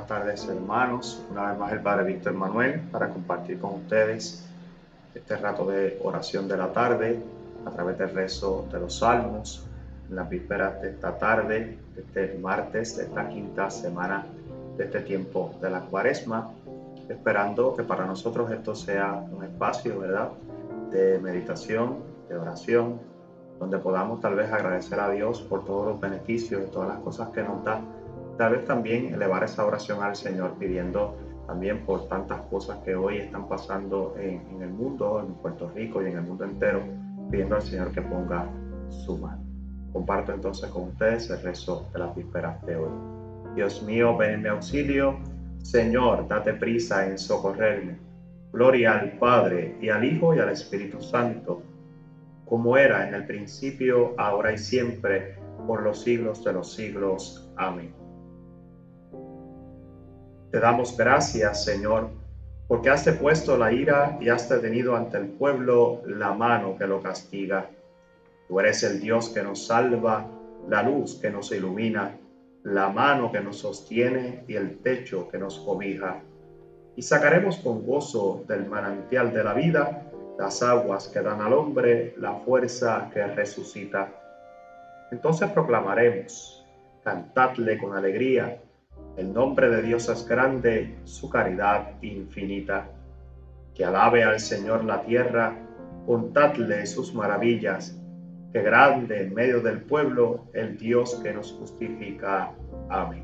Buenas tardes, hermanos. Una vez más el Padre Víctor Manuel para compartir con ustedes este rato de oración de la tarde a través del rezo de los Salmos en las vísperas de esta tarde, de este martes, de esta quinta semana de este tiempo de la Cuaresma, esperando que para nosotros esto sea un espacio, ¿verdad?, de meditación, de oración, donde podamos tal vez agradecer a Dios por todos los beneficios y todas las cosas que nos da. Tal vez también elevar esa oración al Señor, pidiendo también por tantas cosas que hoy están pasando en el mundo, en Puerto Rico y en el mundo entero, pidiendo al Señor que ponga su mano. Comparto entonces con ustedes el rezo de las vísperas de hoy. Dios mío, ven en mi auxilio. Señor, date prisa en socorrerme. Gloria al Padre, y al Hijo, y al Espíritu Santo, como era en el principio, ahora y siempre, por los siglos de los siglos. Amén. Te damos gracias, Señor, porque has depuesto la ira y has detenido ante el pueblo la mano que lo castiga. Tú eres el Dios que nos salva, la luz que nos ilumina, la mano que nos sostiene y el techo que nos cobija. Y sacaremos con gozo del manantial de la vida las aguas que dan al hombre la fuerza que resucita. Entonces proclamaremos: cantadle con alegría, el nombre de Dios es grande, su caridad infinita. Que alabe al Señor la tierra, contadle sus maravillas, que grande en medio del pueblo el Dios que nos justifica. Amén.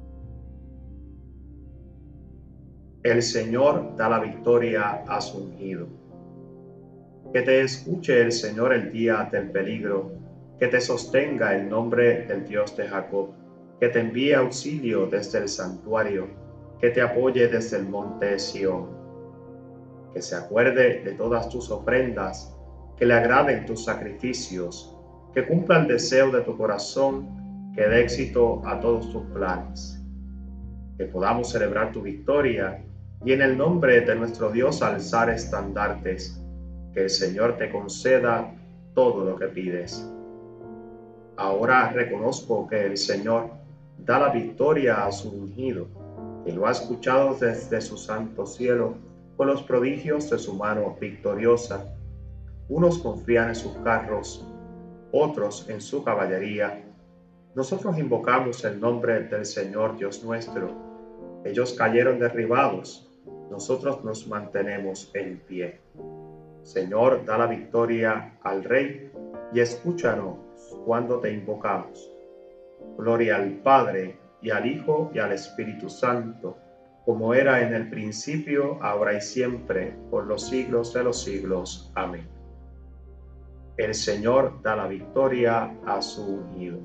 El Señor da la victoria a su ungido. Que te escuche el Señor el día del peligro, que te sostenga el nombre del Dios de Jacob, que te envíe auxilio desde el santuario, que te apoye desde el monte Sión. Que se acuerde de todas tus ofrendas, que le agraden tus sacrificios, que cumpla el deseo de tu corazón, que dé éxito a todos tus planes. Que podamos celebrar tu victoria y en el nombre de nuestro Dios alzar estandartes. Que el Señor te conceda todo lo que pides. Ahora reconozco que el Señor da la victoria a su ungido, que lo ha escuchado desde su santo cielo con los prodigios de su mano victoriosa. Unos confían en sus carros, otros en su caballería. Nosotros invocamos el nombre del Señor Dios nuestro. Ellos cayeron derribados, nosotros nos mantenemos en pie. Señor, da la victoria al Rey y escúchanos cuando te invocamos. Gloria al Padre, y al Hijo, y al Espíritu Santo, como era en el principio, ahora y siempre, por los siglos de los siglos. Amén. El Señor da la victoria a su ungido.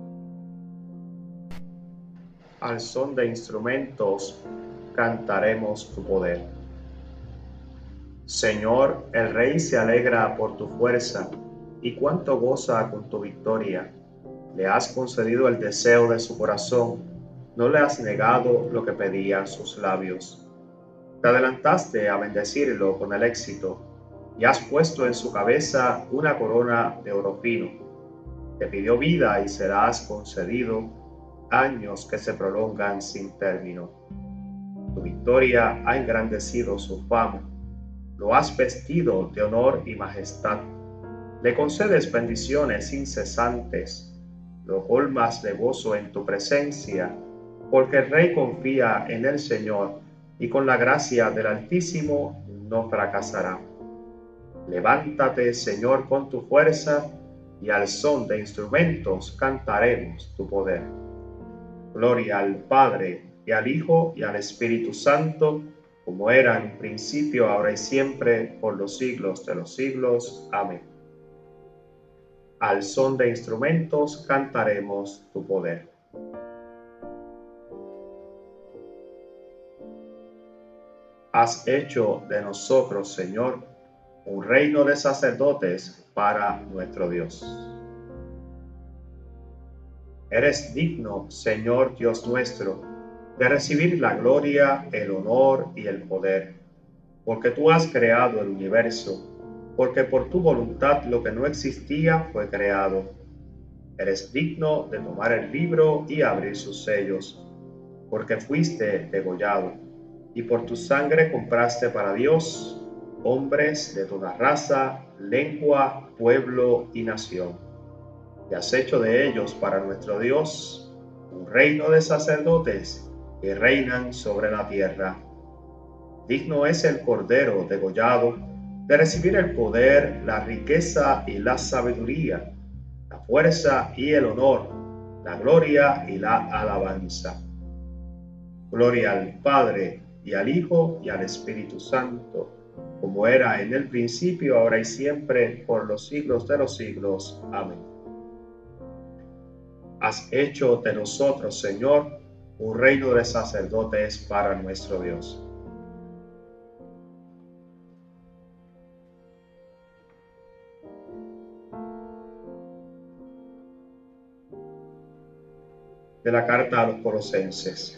Al son de instrumentos cantaremos tu poder. Señor, el Rey se alegra por tu fuerza, y cuánto goza con tu victoria. Le has concedido el deseo de su corazón, no le has negado lo que pedían sus labios. Te adelantaste a bendecirlo con el éxito, y has puesto en su cabeza una corona de oro fino. Te pidió vida y se la has concedido, años que se prolongan sin término. Tu victoria ha engrandecido su fama. Lo has vestido de honor y majestad. Le concedes bendiciones incesantes. Lo colmas de gozo en tu presencia, porque el Rey confía en el Señor y con la gracia del Altísimo no fracasará. Levántate, Señor, con tu fuerza, y al son de instrumentos cantaremos tu poder. Gloria al Padre, y al Hijo, y al Espíritu Santo, como era en un principio, ahora y siempre, por los siglos de los siglos. Amén. Al son de instrumentos cantaremos tu poder. Has hecho de nosotros, Señor, un reino de sacerdotes para nuestro Dios. Eres digno, Señor Dios nuestro, de recibir la gloria, el honor y el poder, porque tú has creado el universo, porque por tu voluntad lo que no existía fue creado. Eres digno de tomar el libro y abrir sus sellos. porque fuiste degollado, y por tu sangre compraste para Dios hombres de toda raza, lengua, pueblo y nación. Y has hecho de ellos para nuestro Dios un reino de sacerdotes que reinan sobre la tierra. Digno es el Cordero degollado de recibir el poder, la riqueza y la sabiduría, la fuerza y el honor, la gloria y la alabanza. Gloria al Padre, y al Hijo, y al Espíritu Santo, como era en el principio, ahora y siempre, por los siglos de los siglos. Amén. Has hecho de nosotros, Señor, un reino de sacerdotes para nuestro Dios. De la carta a los Colosenses.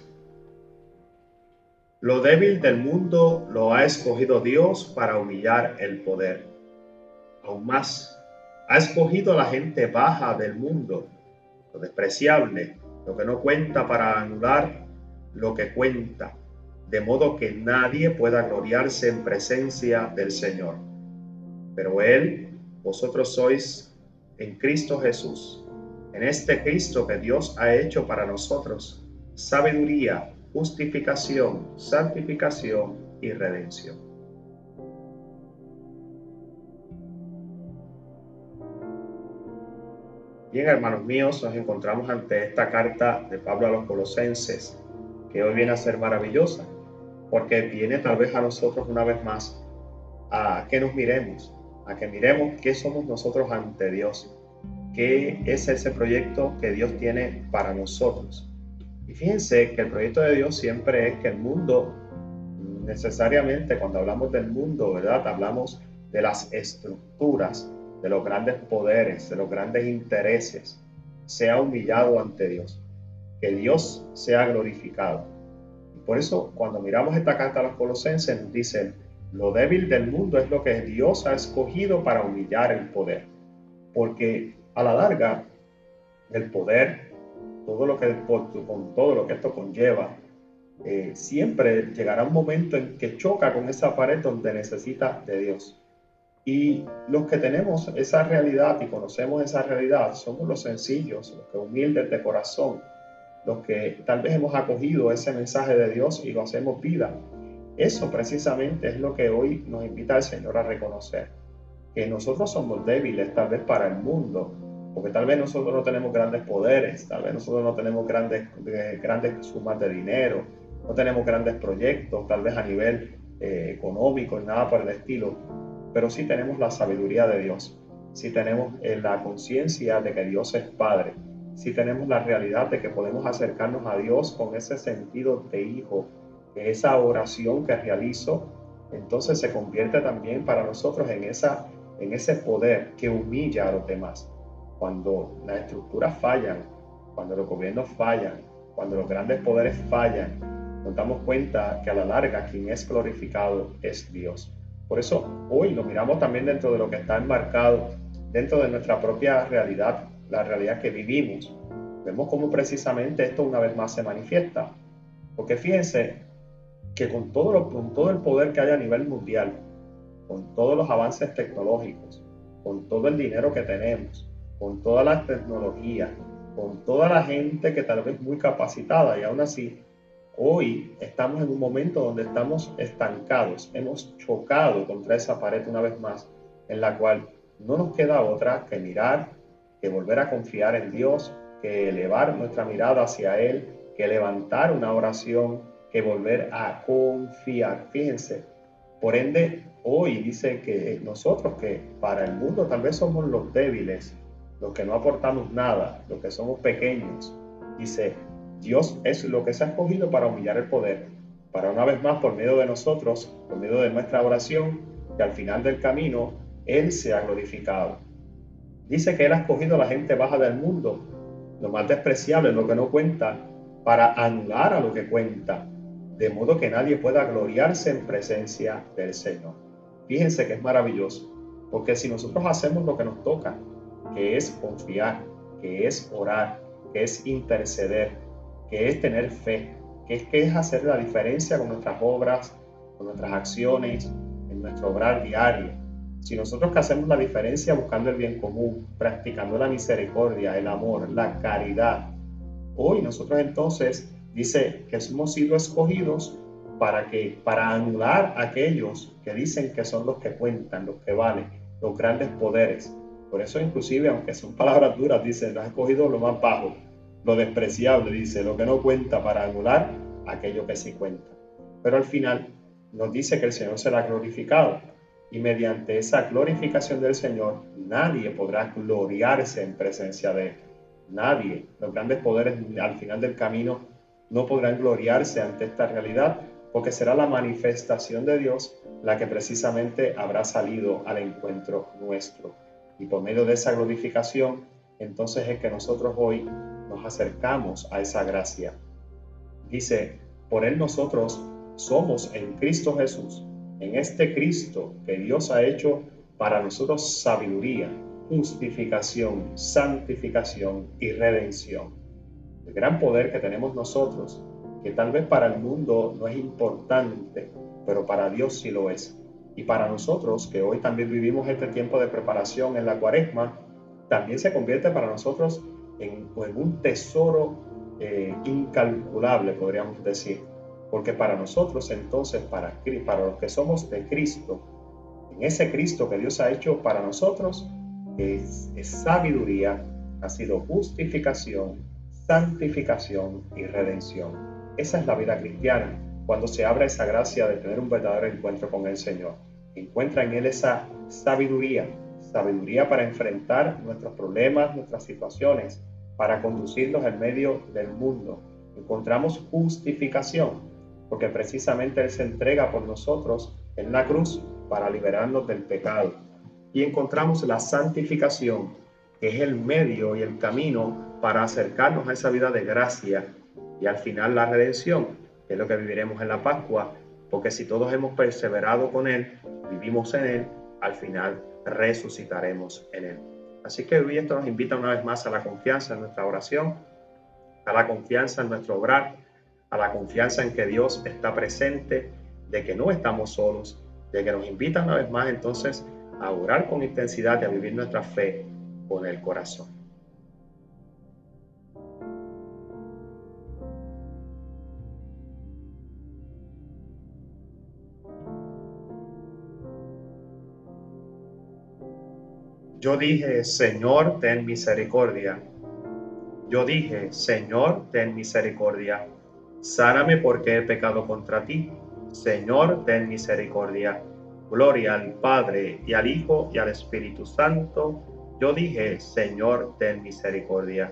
Lo débil del mundo lo ha escogido Dios para humillar el poder. Aún más, ha escogido a la gente baja del mundo, lo despreciable, lo que no cuenta, para anular lo que cuenta, de modo que nadie pueda gloriarse en presencia del Señor. Pero vosotros sois en Cristo Jesús, en este Cristo que Dios ha hecho para nosotros sabiduría, justificación, santificación y redención. Bien, hermanos míos, nos encontramos ante esta carta de Pablo a los Colosenses, que hoy viene a ser maravillosa, porque viene tal vez a nosotros una vez más a que nos miremos, a que miremos qué somos nosotros ante Dios, qué es ese proyecto que Dios tiene para nosotros. Y fíjense que el proyecto de Dios siempre es que el mundo, necesariamente cuando hablamos del mundo, ¿verdad? Hablamos de las estructuras, de los grandes poderes, de los grandes intereses, sea humillado ante Dios, que Dios sea glorificado. Y por eso cuando miramos esta carta a los Colosenses nos dicen, lo débil del mundo es lo que Dios ha escogido para humillar el poder, porque a la larga el poder, con todo lo que esto conlleva, siempre llegará un momento en que choca con esa pared donde necesita de Dios. Y los que tenemos esa realidad y conocemos esa realidad somos los sencillos, los que humildes de corazón, los que tal vez hemos acogido ese mensaje de Dios y lo hacemos vida. Eso precisamente es lo que hoy nos invita el Señor a reconocer, que nosotros somos débiles tal vez para el mundo, porque tal vez nosotros no tenemos grandes poderes, tal vez nosotros no tenemos grandes sumas de dinero, no tenemos grandes proyectos, tal vez a nivel económico y nada por el estilo, pero sí tenemos la sabiduría de Dios, sí tenemos la conciencia de que Dios es Padre, sí tenemos la realidad de que podemos acercarnos a Dios con ese sentido de hijo, que esa oración que realizo, entonces se convierte también para nosotros en ese poder que humilla a los demás. Cuando las estructuras fallan, cuando los gobiernos fallan, cuando los grandes poderes fallan, nos damos cuenta que a la larga quien es glorificado es Dios. Por eso hoy lo miramos también dentro de lo que está enmarcado dentro de nuestra propia realidad, la realidad que vivimos. Vemos cómo precisamente esto una vez más se manifiesta. Porque fíjense que con todo el poder que hay a nivel mundial, con todos los avances tecnológicos, con todo el dinero que tenemos, con todas las tecnologías, con toda la gente que tal vez muy capacitada, y aún así hoy estamos en un momento donde estamos estancados, hemos chocado contra esa pared una vez más, en la cual no nos queda otra que mirar, que volver a confiar en Dios, que elevar nuestra mirada hacia Él, que levantar una oración, que volver a confiar. Fíjense, por ende, hoy dice que nosotros, que para el mundo tal vez somos los débiles, los que no aportamos nada, los que somos pequeños, dice, Dios es lo que se ha escogido para humillar el poder, para una vez más por medio de nosotros, por medio de nuestra oración, que al final del camino Él sea glorificado. Dice que Él ha escogido a la gente baja del mundo, lo más despreciable, lo que no cuenta, para anular a lo que cuenta, de modo que nadie pueda gloriarse en presencia del Señor. Fíjense que es maravilloso, porque si nosotros hacemos lo que nos toca, que es confiar, que es orar, que es interceder, que es tener fe, que es hacer la diferencia con nuestras obras, con nuestras acciones, en nuestro obrar diario. Si nosotros que hacemos la diferencia buscando el bien común, practicando la misericordia, el amor, la caridad, hoy nosotros entonces dice que hemos sido escogidos para anular a aquellos que dicen que son los que cuentan, los que valen, los grandes poderes. Por eso inclusive, aunque son palabras duras, dice, lo has escogido lo más bajo, lo despreciable, dice, lo que no cuenta, para anular aquello que sí cuenta. Pero al final nos dice que el Señor será glorificado, y mediante esa glorificación del Señor nadie podrá gloriarse en presencia de Él. Nadie. Los grandes poderes al final del camino no podrán gloriarse ante esta realidad, porque será la manifestación de Dios la que precisamente habrá salido al encuentro nuestro. Y por medio de esa glorificación, entonces es que nosotros hoy nos acercamos a esa gracia. Dice, por Él nosotros somos en Cristo Jesús, en este Cristo que Dios ha hecho para nosotros sabiduría, justificación, santificación y redención. El gran poder que tenemos nosotros, que tal vez para el mundo no es importante, pero para Dios sí lo es. Y para nosotros, que hoy también vivimos este tiempo de preparación en la Cuaresma, también se convierte para nosotros en un tesoro incalculable, podríamos decir. Porque para nosotros entonces, para los que somos de Cristo, en ese Cristo que Dios ha hecho para nosotros, es sabiduría, ha sido justificación, santificación y redención. Esa es la vida cristiana, cuando se abre esa gracia de tener un verdadero encuentro con el Señor. Encuentra en Él esa sabiduría para enfrentar nuestros problemas, nuestras situaciones, para conducirlos en medio del mundo. Encontramos justificación, porque precisamente Él se entrega por nosotros en la cruz para liberarnos del pecado. Y encontramos la santificación, que es el medio y el camino para acercarnos a esa vida de gracia, y al final la redención, que es lo que viviremos en la Pascua, porque si todos hemos perseverado con Él, vivimos en Él, al final resucitaremos en Él. Así que hoy esto nos invita una vez más a la confianza en nuestra oración, a la confianza en nuestro obrar, a la confianza en que Dios está presente, de que no estamos solos, de que nos invita una vez más entonces a orar con intensidad y a vivir nuestra fe con el corazón. Yo dije, Señor, ten misericordia. Yo dije, Señor, ten misericordia. Sáname porque he pecado contra ti. Señor, ten misericordia. Gloria al Padre, y al Hijo, y al Espíritu Santo. Yo dije, Señor, ten misericordia.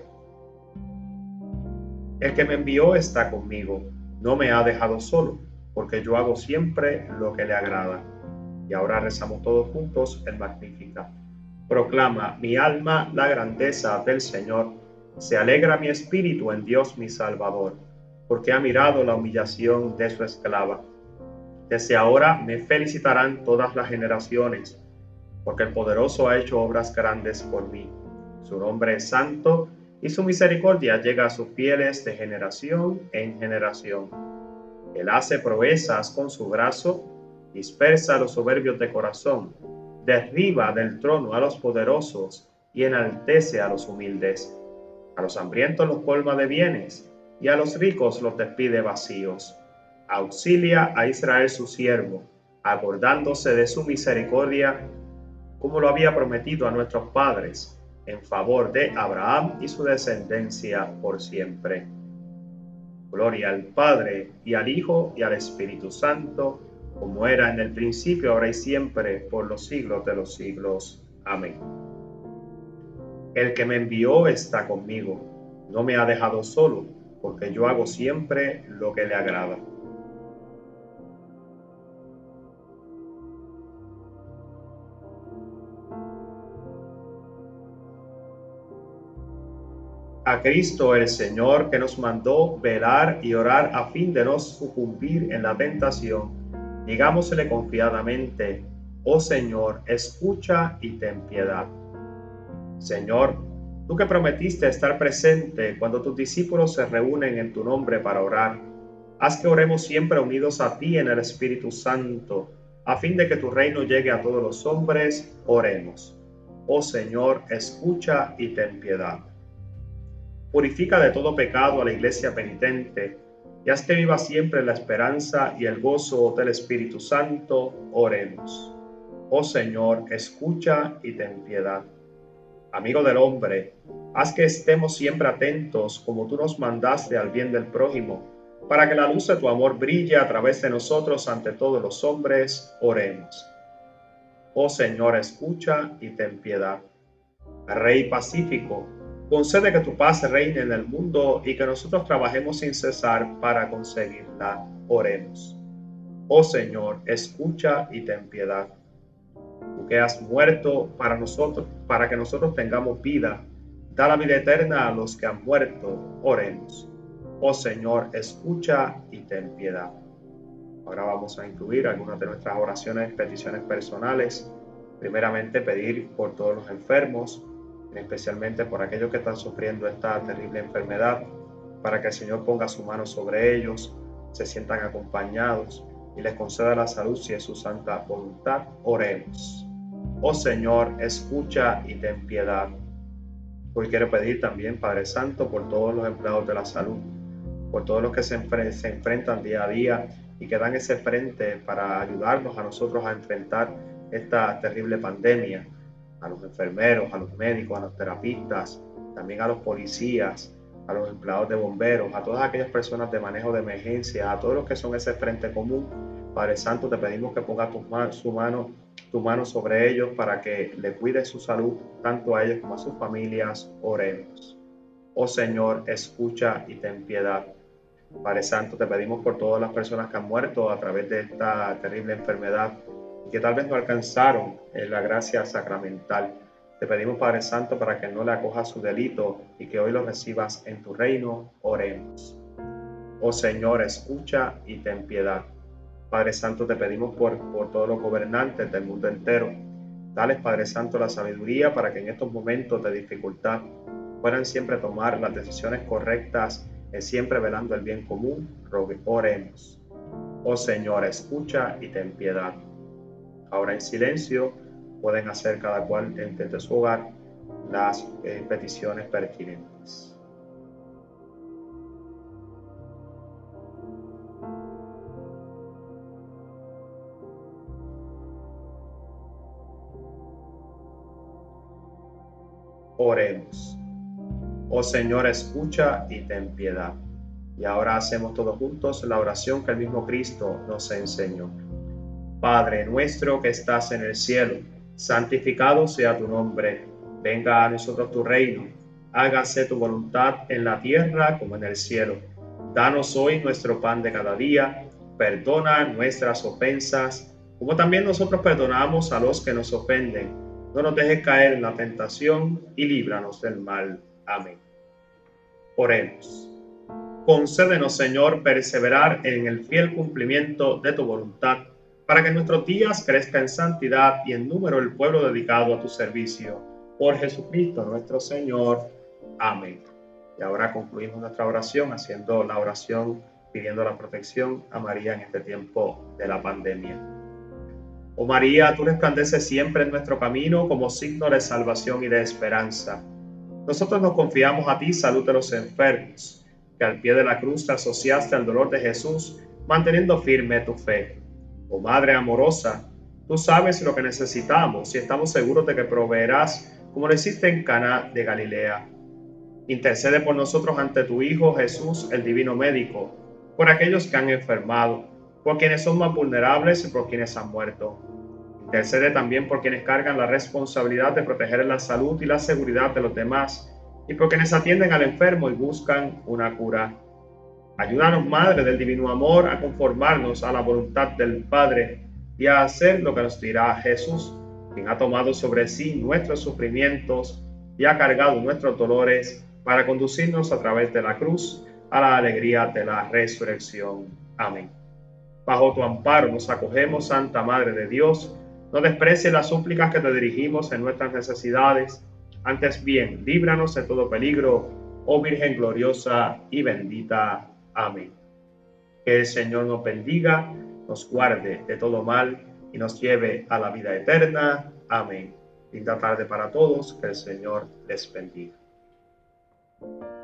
El que me envió está conmigo. No me ha dejado solo, porque yo hago siempre lo que le agrada. Y ahora rezamos todos juntos el Magnificat. Proclama mi alma la grandeza del Señor. Se alegra mi espíritu en Dios mi Salvador, porque ha mirado la humillación de su esclava. Desde ahora me felicitarán todas las generaciones, porque el poderoso ha hecho obras grandes por mí. Su nombre es santo y su misericordia llega a sus fieles de generación en generación. Él hace proezas con su brazo, dispersa a los soberbios de corazón, derriba del trono a los poderosos y enaltece a los humildes. A los hambrientos los colma de bienes y a los ricos los despide vacíos. Auxilia a Israel su siervo, acordándose de su misericordia, como lo había prometido a nuestros padres, en favor de Abraham y su descendencia por siempre. Gloria al Padre, y al Hijo, y al Espíritu Santo, como era en el principio, ahora y siempre, por los siglos de los siglos. Amén. El que me envió está conmigo, no me ha dejado solo, porque yo hago siempre lo que le agrada. A Cristo el Señor, que nos mandó velar y orar a fin de no sucumbir en la tentación, digámosle confiadamente: oh Señor, escucha y ten piedad. Señor, tú que prometiste estar presente cuando tus discípulos se reúnen en tu nombre para orar, haz que oremos siempre unidos a ti en el Espíritu Santo, a fin de que tu reino llegue a todos los hombres. Oremos. Oh Señor, escucha y ten piedad. Purifica de todo pecado a la iglesia penitente, y haz que viva siempre la esperanza y el gozo del Espíritu Santo. Oremos. Oh Señor, escucha y ten piedad. Amigo del hombre, haz que estemos siempre atentos, como tú nos mandaste, al bien del prójimo, para que la luz de tu amor brille a través de nosotros ante todos los hombres. Oremos. Oh Señor, escucha y ten piedad. Rey pacífico, concede que tu paz reine en el mundo y que nosotros trabajemos sin cesar para conseguirla. Oremos. Oh Señor, escucha y ten piedad. Tú que has muerto para nosotros, para que nosotros tengamos vida, da la vida eterna a los que han muerto. Oremos. Oh Señor, escucha y ten piedad. Ahora vamos a incluir algunas de nuestras oraciones, peticiones personales. Primeramente, pedir por todos los enfermos, especialmente por aquellos que están sufriendo esta terrible enfermedad, para que el Señor ponga su mano sobre ellos, se sientan acompañados y les conceda la salud si es su santa voluntad. Oremos. Oh Señor, escucha y ten piedad. Hoy quiero pedir también, Padre Santo, por todos los empleados de la salud, por todos los que se enfrentan día a día y que dan ese frente para ayudarnos a nosotros a enfrentar esta terrible pandemia, a los enfermeros, a los médicos, a los terapistas, también a los policías, a los empleados de bomberos, a todas aquellas personas de manejo de emergencia, a todos los que son ese frente común. Padre Santo, te pedimos que pongas tu mano sobre ellos para que le cuides su salud, tanto a ellos como a sus familias. Oremos. Oh Señor, escucha y ten piedad. Padre Santo, te pedimos por todas las personas que han muerto a través de esta terrible enfermedad y que tal vez no alcanzaron la gracia sacramental. Te pedimos, Padre Santo, para que no le acojas su delito y que hoy lo recibas en tu reino. Oremos. Oh Señor, escucha y ten piedad. Padre Santo, te pedimos por todos los gobernantes del mundo entero. Dales, Padre Santo, la sabiduría para que en estos momentos de dificultad puedan siempre tomar las decisiones correctas, siempre velando el bien común. Oremos. Oh Señor, escucha y ten piedad. Ahora en silencio pueden hacer cada cual desde su hogar las peticiones pertinentes. Oremos. Oh Señor, escucha y ten piedad. Y ahora hacemos todos juntos la oración que el mismo Cristo nos enseñó. Padre nuestro que estás en el cielo, santificado sea tu nombre. Venga a nosotros tu reino. Hágase tu voluntad en la tierra como en el cielo. Danos hoy nuestro pan de cada día. Perdona nuestras ofensas, como también nosotros perdonamos a los que nos ofenden. No nos dejes caer en la tentación y líbranos del mal. Amén. Oremos. Concédenos, Señor, perseverar en el fiel cumplimiento de tu voluntad, para que en nuestros días crezca en santidad y en número el pueblo dedicado a tu servicio. Por Jesucristo nuestro Señor. Amén. Y ahora concluimos nuestra oración haciendo la oración pidiendo la protección a María en este tiempo de la pandemia. Oh María, tú resplandeces siempre en nuestro camino como signo de salvación y de esperanza. Nosotros nos confiamos a ti, salud de los enfermos, que al pie de la cruz te asociaste al dolor de Jesús, manteniendo firme tu fe. Oh Madre amorosa, tú sabes lo que necesitamos y estamos seguros de que proveerás, como lo hiciste en Caná de Galilea. Intercede por nosotros ante tu Hijo Jesús, el Divino Médico, por aquellos que han enfermado, por quienes son más vulnerables y por quienes han muerto. Intercede también por quienes cargan la responsabilidad de proteger la salud y la seguridad de los demás, y por quienes atienden al enfermo y buscan una cura. Ayúdanos, Madre del Divino Amor, a conformarnos a la voluntad del Padre y a hacer lo que nos dirá Jesús, quien ha tomado sobre sí nuestros sufrimientos y ha cargado nuestros dolores para conducirnos a través de la cruz a la alegría de la resurrección. Amén. Bajo tu amparo nos acogemos, Santa Madre de Dios. No desprecies las súplicas que te dirigimos en nuestras necesidades. Antes bien, líbranos de todo peligro, oh Virgen gloriosa y bendita. Amén. Que el Señor nos bendiga, nos guarde de todo mal y nos lleve a la vida eterna. Amén. Linda tarde para todos, que el Señor les bendiga.